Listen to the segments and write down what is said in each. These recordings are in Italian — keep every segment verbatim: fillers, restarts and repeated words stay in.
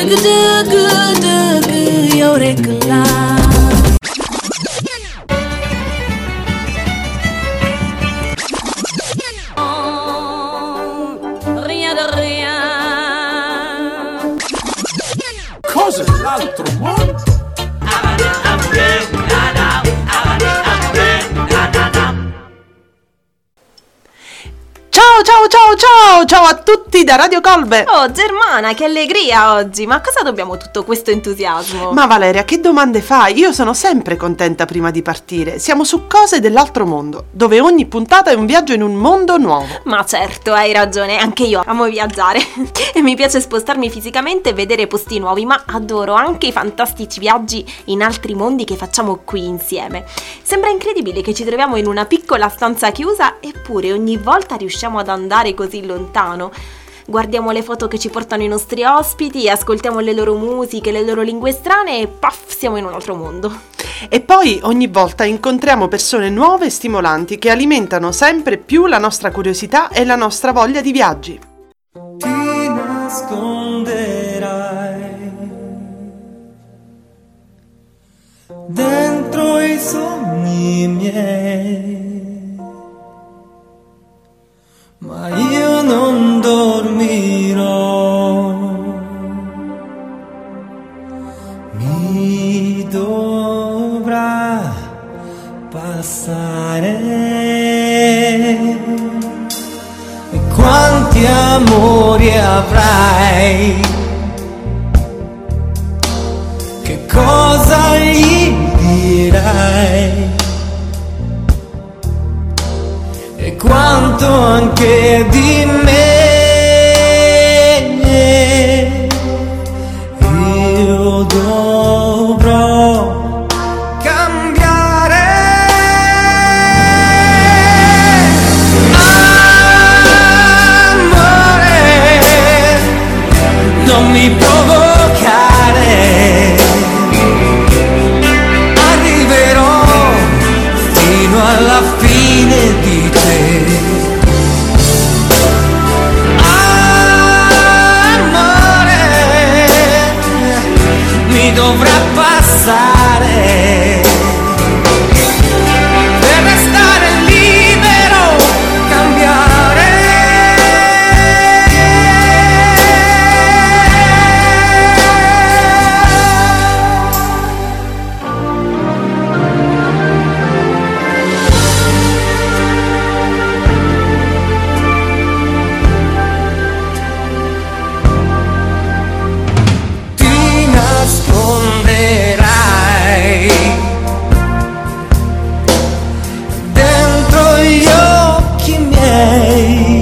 Dugga dugga dugga, Eureka. Cose dell'altro mondo. Ciao ciao ciao ciao ciao a tutti da Radio Colbe. Oh Germana, che allegria oggi. Ma cosa dobbiamo tutto questo entusiasmo? Ma Valeria, che domande fai? Io sono sempre contenta prima di partire. Siamo su Cose dell'altro mondo, dove ogni puntata è un viaggio in un mondo nuovo. Ma certo, hai ragione, anche io amo viaggiare e mi piace spostarmi fisicamente e vedere posti nuovi, ma adoro anche i fantastici viaggi in altri mondi che facciamo qui insieme. Sembra incredibile che ci troviamo in una piccola stanza chiusa, eppure ogni volta riusciamo ad andare così lontano. Guardiamo le foto che ci portano i nostri ospiti, ascoltiamo le loro musiche, le loro lingue strane e paf, siamo in un altro mondo. E poi ogni volta incontriamo persone nuove e stimolanti che alimentano sempre più la nostra curiosità e la nostra voglia di viaggi. Ti nasconderai dentro i sogni miei, ma io non dormirò, mi dovrà passare. E quanti amori avrai, che cosa gli dirai, e quanto anche di me io dovrò cambiare. Amore, non mi provocare, arriverò fino alla fine di te. Amore, mi dovrà passare per restare libero, cambiare. Ti nasconderai dentro gli occhi miei,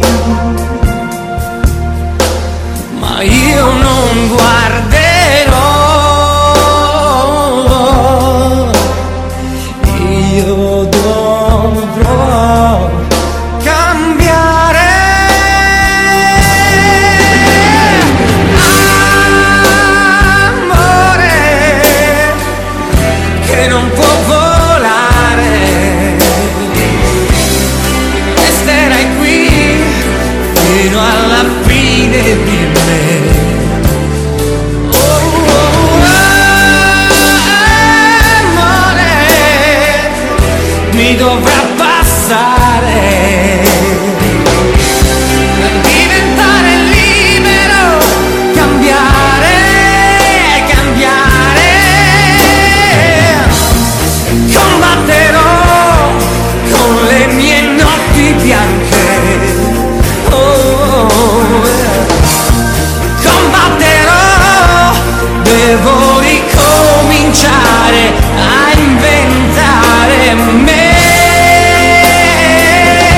ma io non guarderò, io dovrò cambiare. Amore, che non può volare, resterai qui fino alla fine di me. Oh, oh, amore, mi dovrà passare per diventare libero, cambiare, cambiare. Combatterò con le mie notti bianche, oh, combatterò, devo ricominciare a inventare me.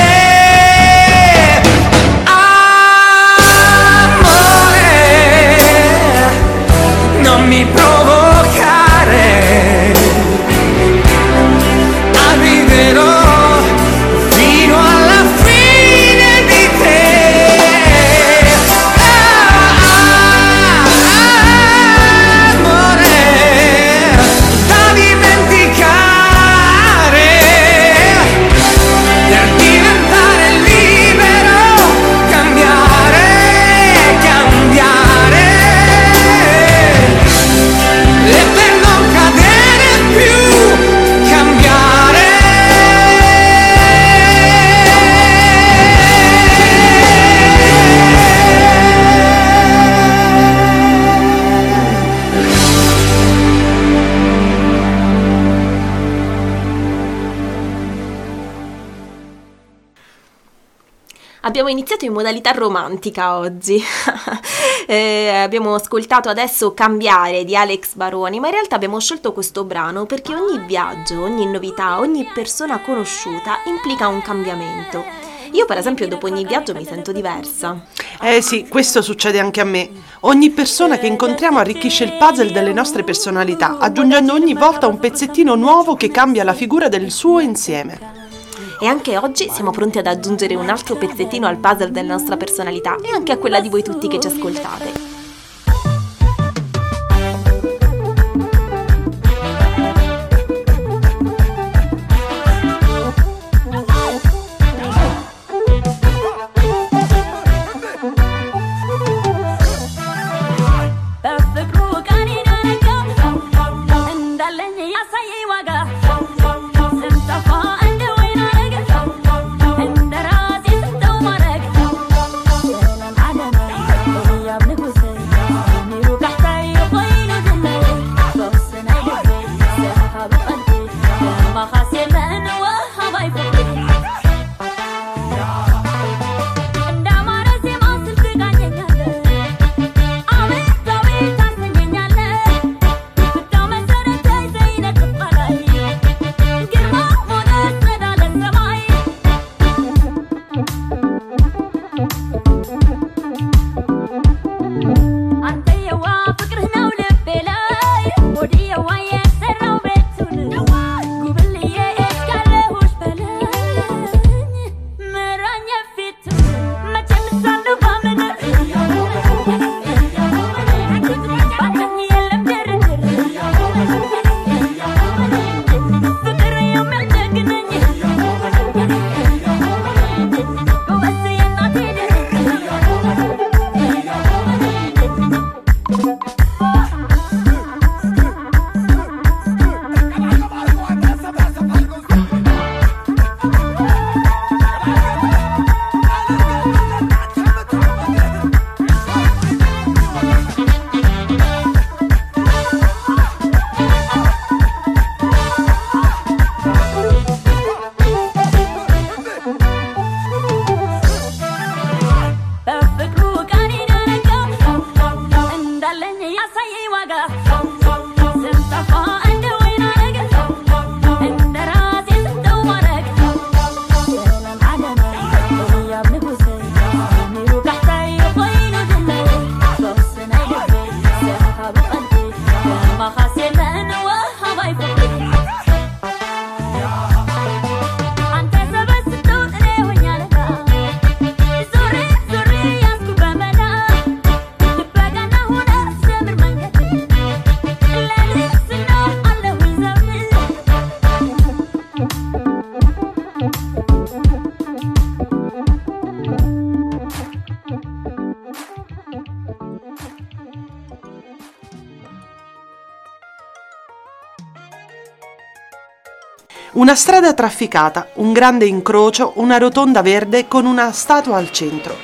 Abbiamo iniziato in modalità romantica oggi. eh, abbiamo ascoltato adesso Cambiare di Alex Baroni, ma in realtà abbiamo scelto questo brano perché ogni viaggio, ogni novità, ogni persona conosciuta implica un cambiamento. Io per esempio dopo ogni viaggio mi sento diversa. Eh sì, questo succede anche a me. Ogni persona che incontriamo arricchisce il puzzle delle nostre personalità, aggiungendo ogni volta un pezzettino nuovo che cambia la figura del suo insieme. E anche oggi siamo pronti ad aggiungere un altro pezzettino al puzzle della nostra personalità e anche a quella di voi tutti che ci ascoltate. Una strada trafficata, un grande incrocio, una rotonda verde con una statua al centro.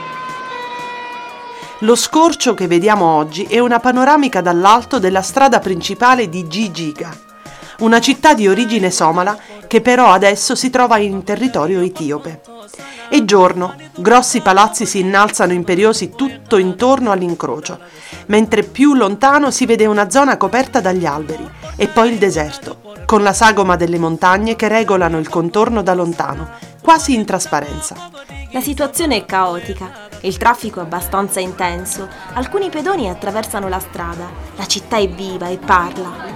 Lo scorcio che vediamo oggi è una panoramica dall'alto della strada principale di Jijiga, una città di origine somala che però adesso si trova in territorio etiope. È giorno, grossi palazzi si innalzano imperiosi tutto intorno all'incrocio, mentre più lontano si vede una zona coperta dagli alberi e poi il deserto, con la sagoma delle montagne che regolano il contorno da lontano, quasi in trasparenza. La situazione è caotica, il traffico è abbastanza intenso, alcuni pedoni attraversano la strada, la città è viva e parla.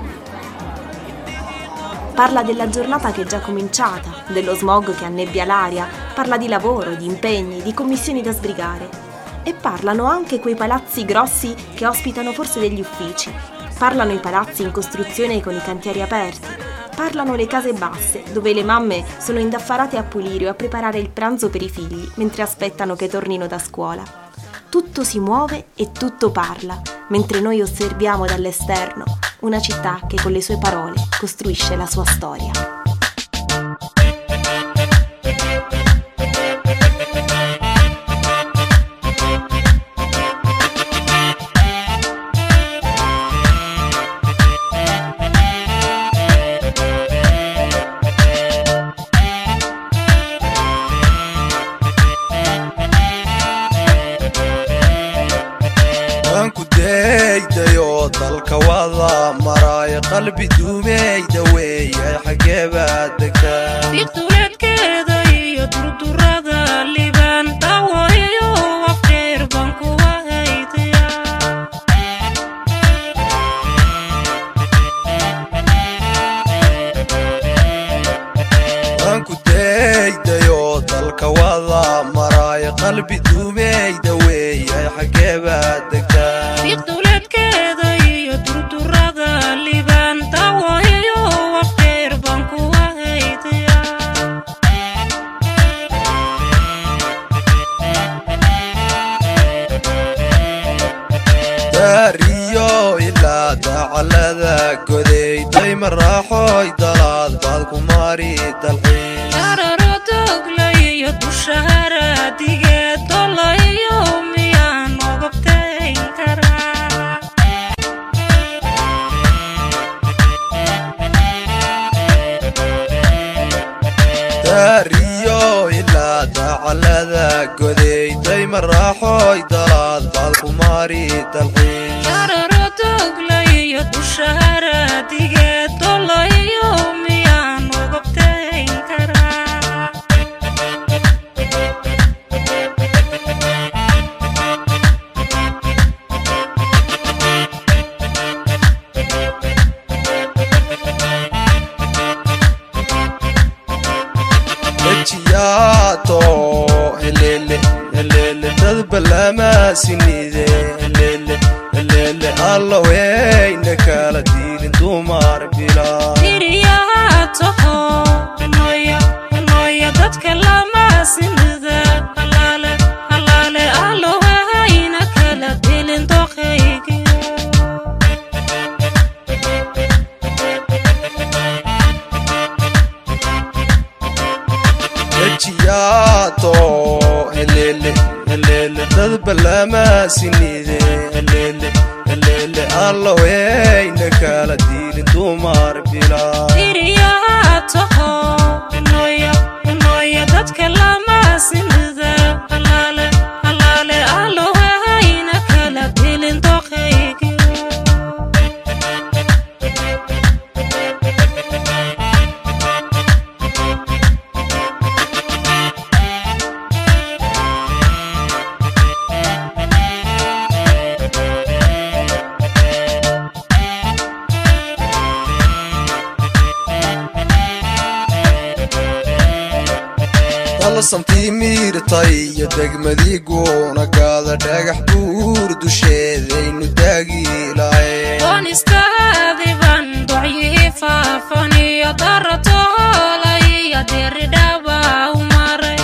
Parla della giornata che è già cominciata, dello smog che annebbia l'aria, parla di lavoro, di impegni, di commissioni da sbrigare. E parlano anche quei palazzi grossi che ospitano forse degli uffici. Parlano i palazzi in costruzione con i cantieri aperti. Parlano le case basse, dove le mamme sono indaffarate a pulire o a preparare il pranzo per i figli, mentre aspettano che tornino da scuola. Tutto si muove e tutto parla, mentre noi osserviamo dall'esterno una città che con le sue parole costruisce la sua storia. qalbi duumeyda weeyay xagee baad degtaa fiqduleedkeeda iyo durdurada liban dawaayo waqdheer baan kuwa haytaya waan ku daydayo dalka wada maraaya qalbi duumeyda weeyay xagee baad degtaa fiqduleedkeeda iyo durdurada liban dawaayo waqdheer baan kuwa haytaya daariyo ilaa dacalada goday dayma raaxoy dalaad baad ku mari dalxiis dararo doglayo dusha haraadigeed dolayo miyaan ogobtayn karaa daariyo ilaa dacalada goday dayma raaxoy dalaad baad ku mari dalxiis dararo doglayo dusha haraadigeed dolayo miyaan ogobtayn karaa dejiyaato helele helele dad balama sinide helele helele alla weyna kala diilin dumar bilaa iriyaatoho noya noya dadka lama sinida halaale halaale alowahayna kala dilin doqaygiyo dejiyaato helele helele dad balama sinide helele helele alla weyna kala diilin dumar bilaa iriyaatoho noya noya dadka lama sinida halaale halaale alowahayna kala dilin doqaygiyo dal santiimiirtay iyo degmadii goonagaada dhagax buur dusheedaynu daagiilahay doonistaadiban docyihii faafaniyo daratoolaiyo diridhaba u maray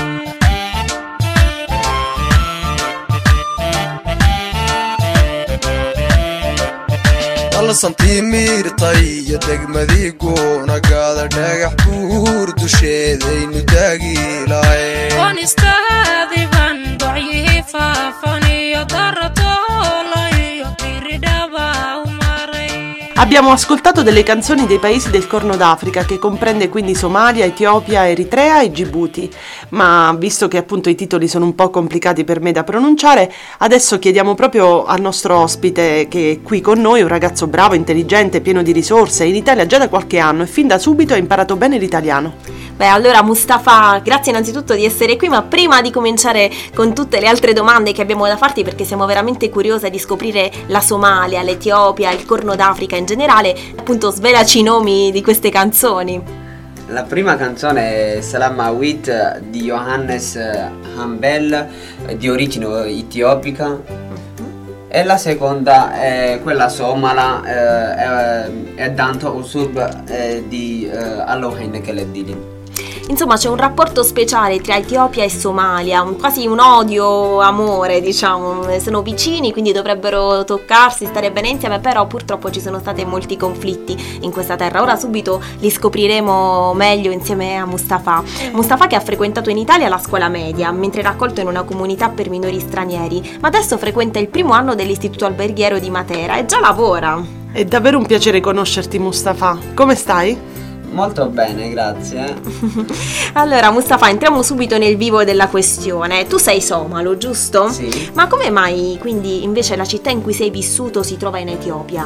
dal santiimiirtay iyo degmadii goonagaada dhagax buur dusheedaynu daagiilahay doonistaadiban docyihii faafaniyo daratoolaiyo diridhaba u maray. Abbiamo ascoltato delle canzoni dei paesi del Corno d'Africa, che comprende quindi Somalia, Etiopia, Eritrea e Djibouti, ma visto che appunto i titoli sono un po' complicati per me da pronunciare, adesso chiediamo proprio al nostro ospite, che è qui con noi, un ragazzo bravo, intelligente, pieno di risorse, in Italia già da qualche anno e fin da subito ha imparato bene l'italiano. Beh, allora Mustafa, grazie innanzitutto di essere qui, ma prima di cominciare con tutte le altre domande che abbiamo da farti, perché siamo veramente curiose di scoprire la Somalia, l'Etiopia, il Corno d'Africa in generale, appunto svelaci i nomi di queste canzoni. La prima canzone è Salam Awit di Johannes Hambel, di origine etiopica, e la seconda è quella somala, eh, è Danto Usurb eh, di eh, Alohain Keleddin. Insomma, c'è un rapporto speciale tra Etiopia e Somalia, un, quasi un odio-amore, diciamo. Sono vicini, quindi dovrebbero toccarsi, stare bene insieme, però purtroppo ci sono stati molti conflitti in questa terra. Ora subito li scopriremo meglio insieme a Mustafa. Mustafa che ha frequentato in Italia la scuola media, mentre era accolto in una comunità per minori stranieri, ma adesso frequenta il primo anno dell'istituto alberghiero di Matera e già lavora. È davvero un piacere conoscerti, Mustafa. Come stai? Molto bene, grazie. Allora Mustafa, entriamo subito nel vivo della questione. Tu sei somalo, giusto? Sì. Ma come mai quindi invece la città in cui sei vissuto si trova in Etiopia?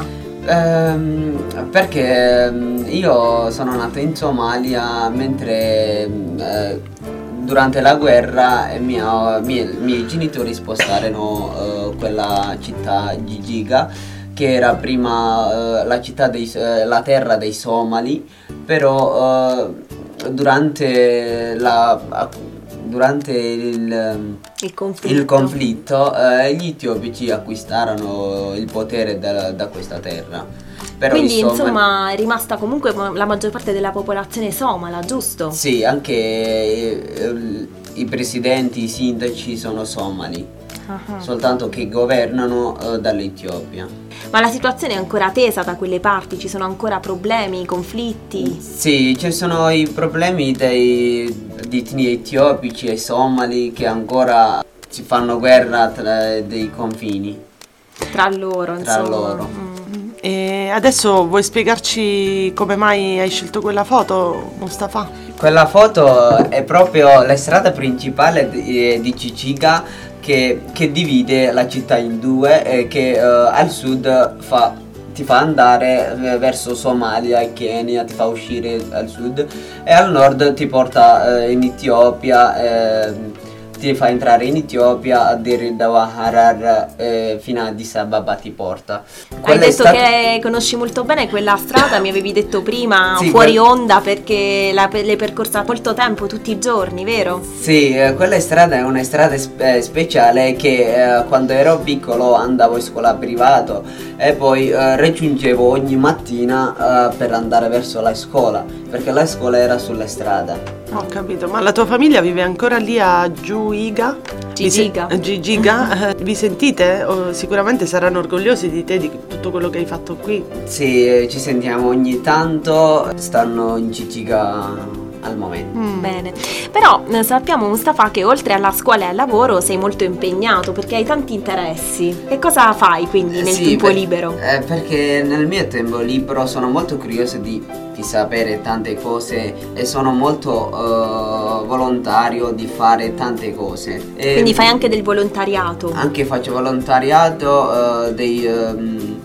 Ehm, perché ehm, io sono nato in Somalia mentre eh, durante la guerra i miei, miei genitori spostarono eh, quella città Jijiga, che era prima eh, la città dei, eh, la terra dei Somali, però eh, durante la durante il, il conflitto, il conflitto eh, gli etiopici acquistarono il potere da, da questa terra. Però quindi i Somali, insomma è rimasta comunque la maggior parte della popolazione somala, giusto? sì, anche eh, i presidenti, i sindaci sono somali, Uh-huh. soltanto che governano eh, dall'Etiopia. Ma la situazione è ancora tesa da quelle parti? Ci sono ancora problemi, conflitti? Sì, ci sono i problemi dei, di etnie etiopici e somali che ancora si fanno guerra tra dei confini. Tra loro, Tra insomma. loro. Mm. E adesso vuoi spiegarci come mai hai scelto quella foto, Mustafa? Quella foto è proprio la strada principale di, di Jijiga, che, che divide la città in due e che eh, al sud fa, ti fa andare eh, verso Somalia e Kenya, ti fa uscire al sud, e al nord ti porta eh, in Etiopia, eh, ti fa entrare in Etiopia, a Dir Dawa Harar, eh, fino a Addis Ababa ti porta. Hai Quella è detto stata- che conosci molto bene quella strada, mi avevi detto prima, Sì, fuori quel- onda, perché la- l'hai percorsa molto tempo, tutti i giorni, vero? Sì, eh, quella strada è una strada sp- eh, speciale che eh, quando ero piccolo andavo in scuola privato e poi eh, raggiungevo ogni mattina eh, per andare verso la scuola, perché la scuola era sulla strada. Ho capito, ma la tua famiglia vive ancora lì a Jijiga? Vi se- Jijiga. eh, Jijiga? Eh, Vi sentite? Oh, sicuramente saranno orgogliosi di te, di tutto quello che hai fatto qui. Sì, eh, ci sentiamo ogni tanto, stanno in Jijiga al momento. Mm. Bene, però eh, sappiamo, Mustafa, che oltre alla scuola e al lavoro sei molto impegnato perché hai tanti interessi. Che cosa fai quindi nel Sì, tempo per- libero? eh, perché nel mio tempo libero sono molto curioso di, di sapere tante cose e sono molto eh, volontario di fare tante cose. E Quindi fai anche del volontariato. Anche faccio volontariato, eh, dei, ehm,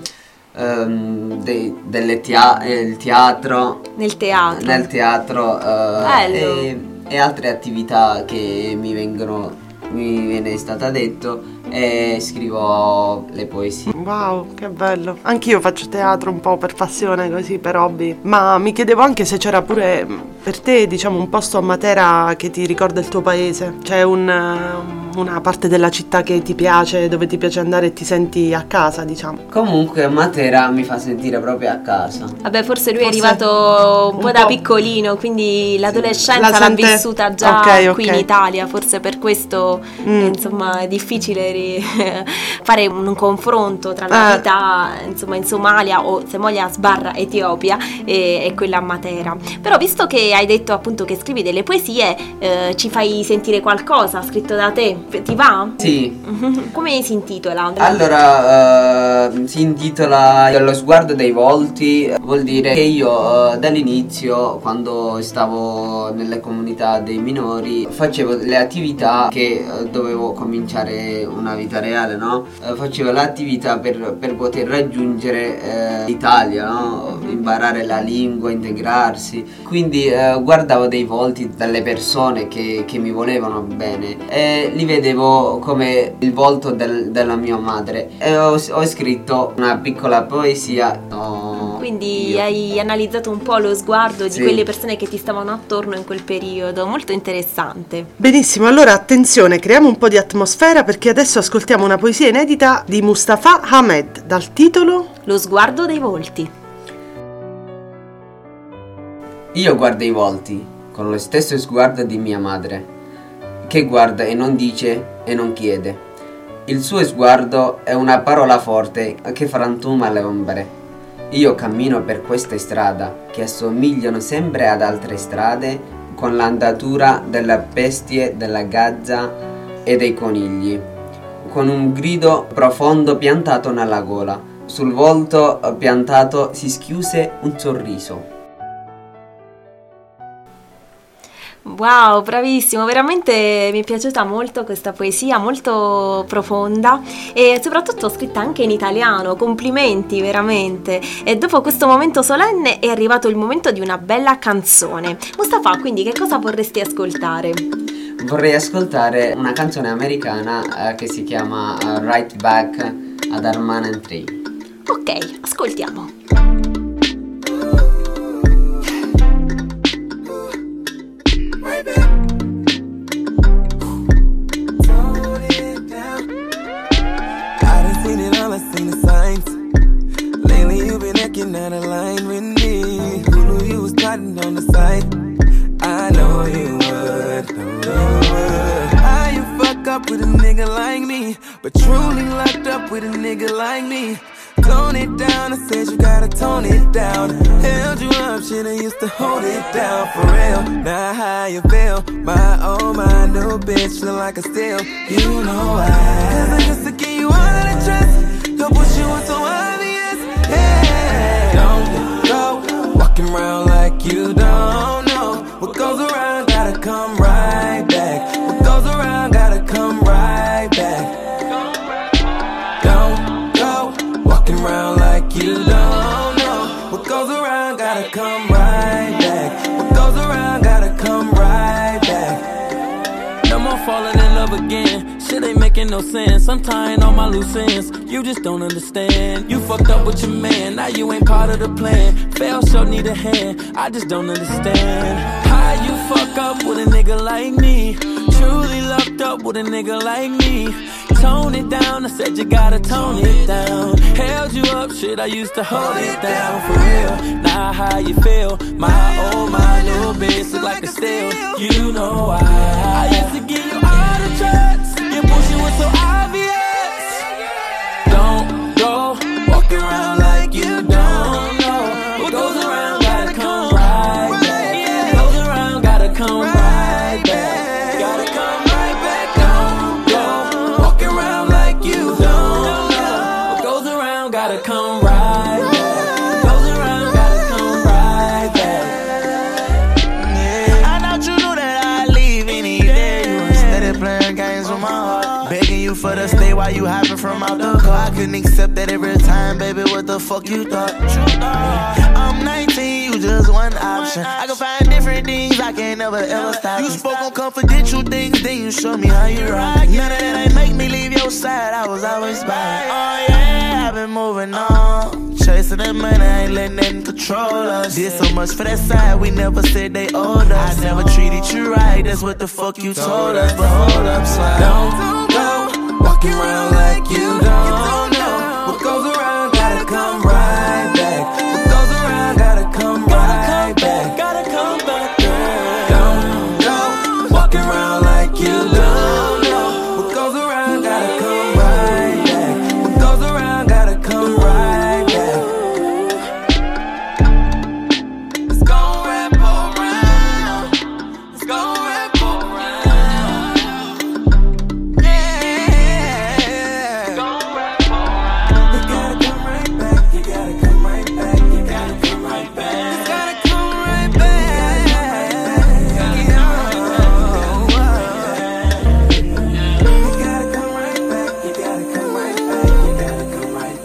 ehm, dei- delle tea- eh, il teatro, Nel teatro. nel teatro eh, Bello. e, e altre attività che mi vengono mi viene stata detto, e scrivo le poesie. Wow, che bello. Anch'io faccio teatro un po' per passione, così, per hobby. Ma mi chiedevo anche se c'era pure mh, per te, diciamo, un posto a Matera che ti ricorda il tuo paese. C'è un, eh, una parte della città che ti piace, dove ti piace andare e ti senti a casa, diciamo. Comunque Matera mi fa sentire proprio a casa. Vabbè, forse lui è Forse arrivato un po' un da po'. piccolino, quindi l'adolescenza La l'ha sente- vissuta già ok, qui ok. in Italia, forse per questo Mm. eh, insomma è difficile ri- fare un, un confronto tra la Eh. vita insomma in Somalia o Somalia sbarra Etiopia e, e quella a Matera. Però visto che hai detto appunto che scrivi delle poesie, eh, ci fai sentire qualcosa scritto da te, ti va? Sì. Come si intitola? Allora, eh, si intitola Lo sguardo dei volti, vuol dire che io eh, dall'inizio, quando stavo nelle comunità dei minori, facevo le attività che eh, dovevo cominciare una vita reale, no? Eh, facevo le attività per, per poter raggiungere eh, l'Italia, no? Imparare la lingua, integrarsi. Quindi eh, guardavo dei volti delle persone che, che mi volevano bene e li vedevo come il volto del- della mia madre, e ho, ho scritto una piccola poesia. oh, Quindi io. hai analizzato un po' lo sguardo di Sì. quelle persone che ti stavano attorno in quel periodo, molto interessante. Benissimo, allora attenzione, creiamo un po' di atmosfera perché adesso ascoltiamo una poesia inedita di Mustafa Ahmed dal titolo Lo sguardo dei volti. Io guardo i volti con lo stesso sguardo di mia madre, che guarda e non dice e non chiede. Il suo sguardo è una parola forte che frantuma le ombre. Io cammino per queste strade che assomigliano sempre ad altre strade, con l'andatura delle bestie, della gazza e dei conigli, con un grido profondo piantato nella gola. Sul volto piantato si schiuse un sorriso. Wow, bravissimo, veramente mi è piaciuta molto questa poesia, molto profonda e soprattutto scritta anche in italiano, complimenti veramente. E dopo questo momento solenne è arrivato il momento di una bella canzone. Mustafa, quindi che cosa vorresti ascoltare? Vorrei ascoltare una canzone americana eh, che si chiama uh, Right Back ad Arman and Tree. Ok, ascoltiamo. Not aligned with me. Who knew you was plotting on the side? I know you would, know you would. How you fuck up with a nigga like me, but truly locked up with a nigga like me? Tone it down, I said you gotta tone it down. Held you up, should've used to hold it down for real. Now how you feel? My oh my new bitch look like a steal. You know why? Cause I used to get you out of the dress. Go push you in so obvious. Yeah. Don't go walking around like you don't know. What goes around gotta come right back. What goes around gotta come right back. Don't go walking around like you don't know. What goes around gotta come right back. What goes around gotta come right back. No more falling in love again. Shit ain't making no sense. I'm tying all my loose ends. You just don't understand. You fucked up with your man. Now you ain't part of the plan. Fail, sure need a hand. I just don't understand. How you fuck up with a nigga like me? Truly locked up with a nigga like me. Tone it down, I said you gotta tone it down. Held you up, shit, I used to hold it down for real. Now how you feel? My old, my new bitch look like a steal. You know why? I used to give you all the trust. Your bullshit was so obvious. Don't go walking around like you don't know. What goes around gotta come right back. Goes around gotta come right back. Gotta come right back. Don't go walking around like you don't know. What goes around gotta come right back. Goes around gotta come right back. Yeah. I thought you knew that I'd leave any day. You were steady playing games with my heart. Begging you for the stay while you hopping from out the car. I couldn't accept that every time, baby. What the fuck you thought? I'm nineteen, you just one option. I can find different things, I can't never ever stop. You spoke on confidential things, then you showed me how you rock. None of that ain't make me leave your side, I was always by. Oh yeah, I've been moving on. Chasing that money, I ain't letting nothing control us. Did so much for that side, we never said they owed us. I never treated you right, that's what the fuck you told us. But hold up, slide. Don't go walking around like you don't know. What goes around gotta come right back. What goes around gotta come right back. Gotta come back, girl. Don't go walking around like you don't know. What goes around gotta come right back. What goes around gotta come right back. Let's go wrap around. Let's go wrap around. Yeah. Go wrap around. You gotta come right back. You gotta come right back. You gotta come right back. You gotta come right back. You gotta come right back. You gotta come right back. You gotta come right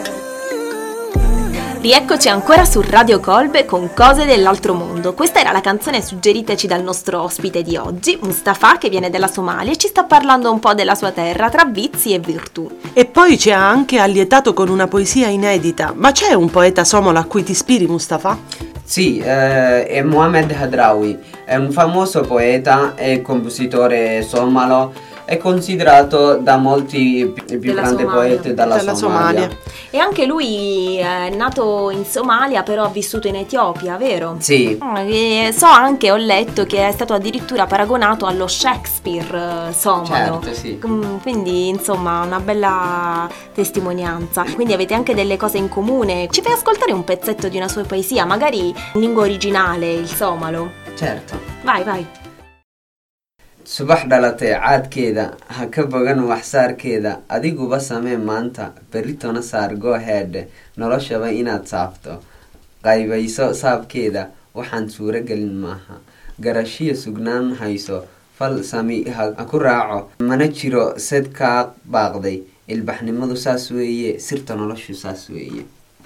back. Rieccoci ancora su Radio Kolbe con Cose dell'altro mondo. Questa era la canzone suggeriteci dal nostro ospite di oggi, Mustafa, che viene dalla Somalia e ci sta parlando un po' della sua terra tra vizi e virtù. E poi ci ha anche allietato con una poesia inedita. Ma c'è un poeta somalo a cui ti ispiri, Mustafa? Sì, eh, è Mohamed Hadraoui, è un famoso poeta e compositore somalo, è considerato da molti il più Della grande Somalia. poeta della, Della Somalia. Somalia. E anche lui è nato in Somalia, però ha vissuto in Etiopia, vero? Sì, Ah, e so anche, ho letto che è stato addirittura paragonato allo Shakespeare eh, somalo. certo, sì. Mm, Quindi insomma una bella testimonianza. Quindi avete anche delle cose in comune. Ci fai ascoltare un pezzetto di una sua poesia, magari in lingua originale, il somalo? Certo. Vai, vai. subax dhalatay caadkeeda ha ka bogan waxsaarkeeda adiguba samee maanta berritona saar gooheedhe noloshaba inaad saafto qaybayso saabkeeda waxaan suuragelin maaha garashiya sugnaan hayso fal sami ha ku raaco mana jiro sad kaa baaqday ilbaxnimadu saas weeye sirta noloshu saas weeye.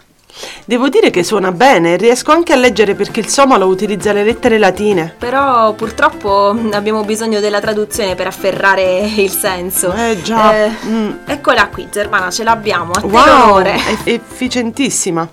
Devo dire che suona bene, riesco anche a leggere perché il somalo utilizza le lettere latine. Però purtroppo abbiamo bisogno della traduzione per afferrare il senso. Eh già. Eh, mm. Eccola qui, Germana, ce l'abbiamo. A te Wow, l'onore. è efficientissima.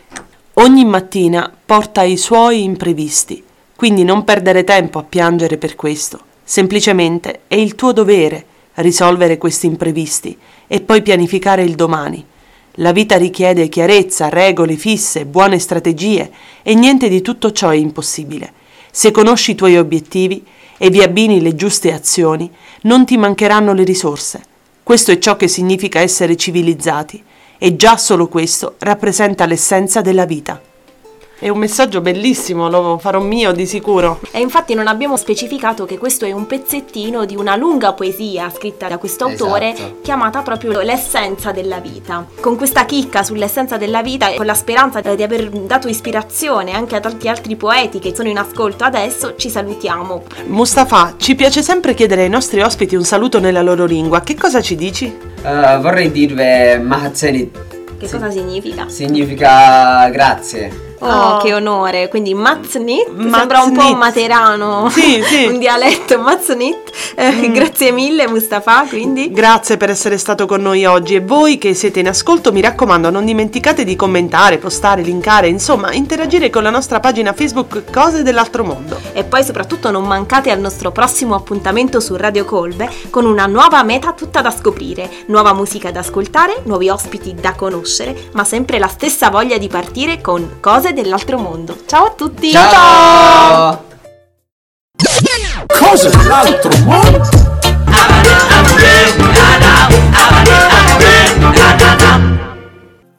Ogni mattina porta i suoi imprevisti, quindi non perdere tempo a piangere per questo. Semplicemente è il tuo dovere risolvere questi imprevisti e poi pianificare il domani. La vita richiede chiarezza, regole fisse, buone strategie e niente di tutto ciò è impossibile. Se conosci i tuoi obiettivi e vi abbini le giuste azioni, non ti mancheranno le risorse. Questo è ciò che significa essere civilizzati e già solo questo rappresenta l'essenza della vita. È un messaggio bellissimo, lo farò mio di sicuro. E infatti non abbiamo specificato che questo è un pezzettino di una lunga poesia scritta da questo autore, Esatto. chiamata proprio L'essenza della vita. Con questa chicca sull'essenza della vita e con la speranza di aver dato ispirazione anche a tanti altri poeti che sono in ascolto adesso, ci salutiamo. Mustafa, ci piace sempre chiedere ai nostri ospiti un saluto nella loro lingua. Che cosa ci dici? Uh, vorrei dirvi Mahatsenit, Che cosa significa? significa grazie. Oh, Oh. che onore! Quindi Maznit Maznit. sembra un po' materano, Sì, sì. un dialetto Maznit. Eh, Grazie mille Mustafa, quindi. Grazie per essere stato con noi oggi e voi che siete in ascolto mi raccomando non dimenticate di commentare, postare, linkare, insomma interagire con la nostra pagina Facebook Cose dell'altro mondo. E poi soprattutto non mancate al nostro prossimo appuntamento su Radio Colbe con una nuova meta tutta da scoprire, nuova musica da ascoltare, nuovi ospiti da conoscere, ma sempre la stessa voglia di partire con Cose dell'altro mondo. Ciao a tutti! Ciao! Cose dell'altro mondo.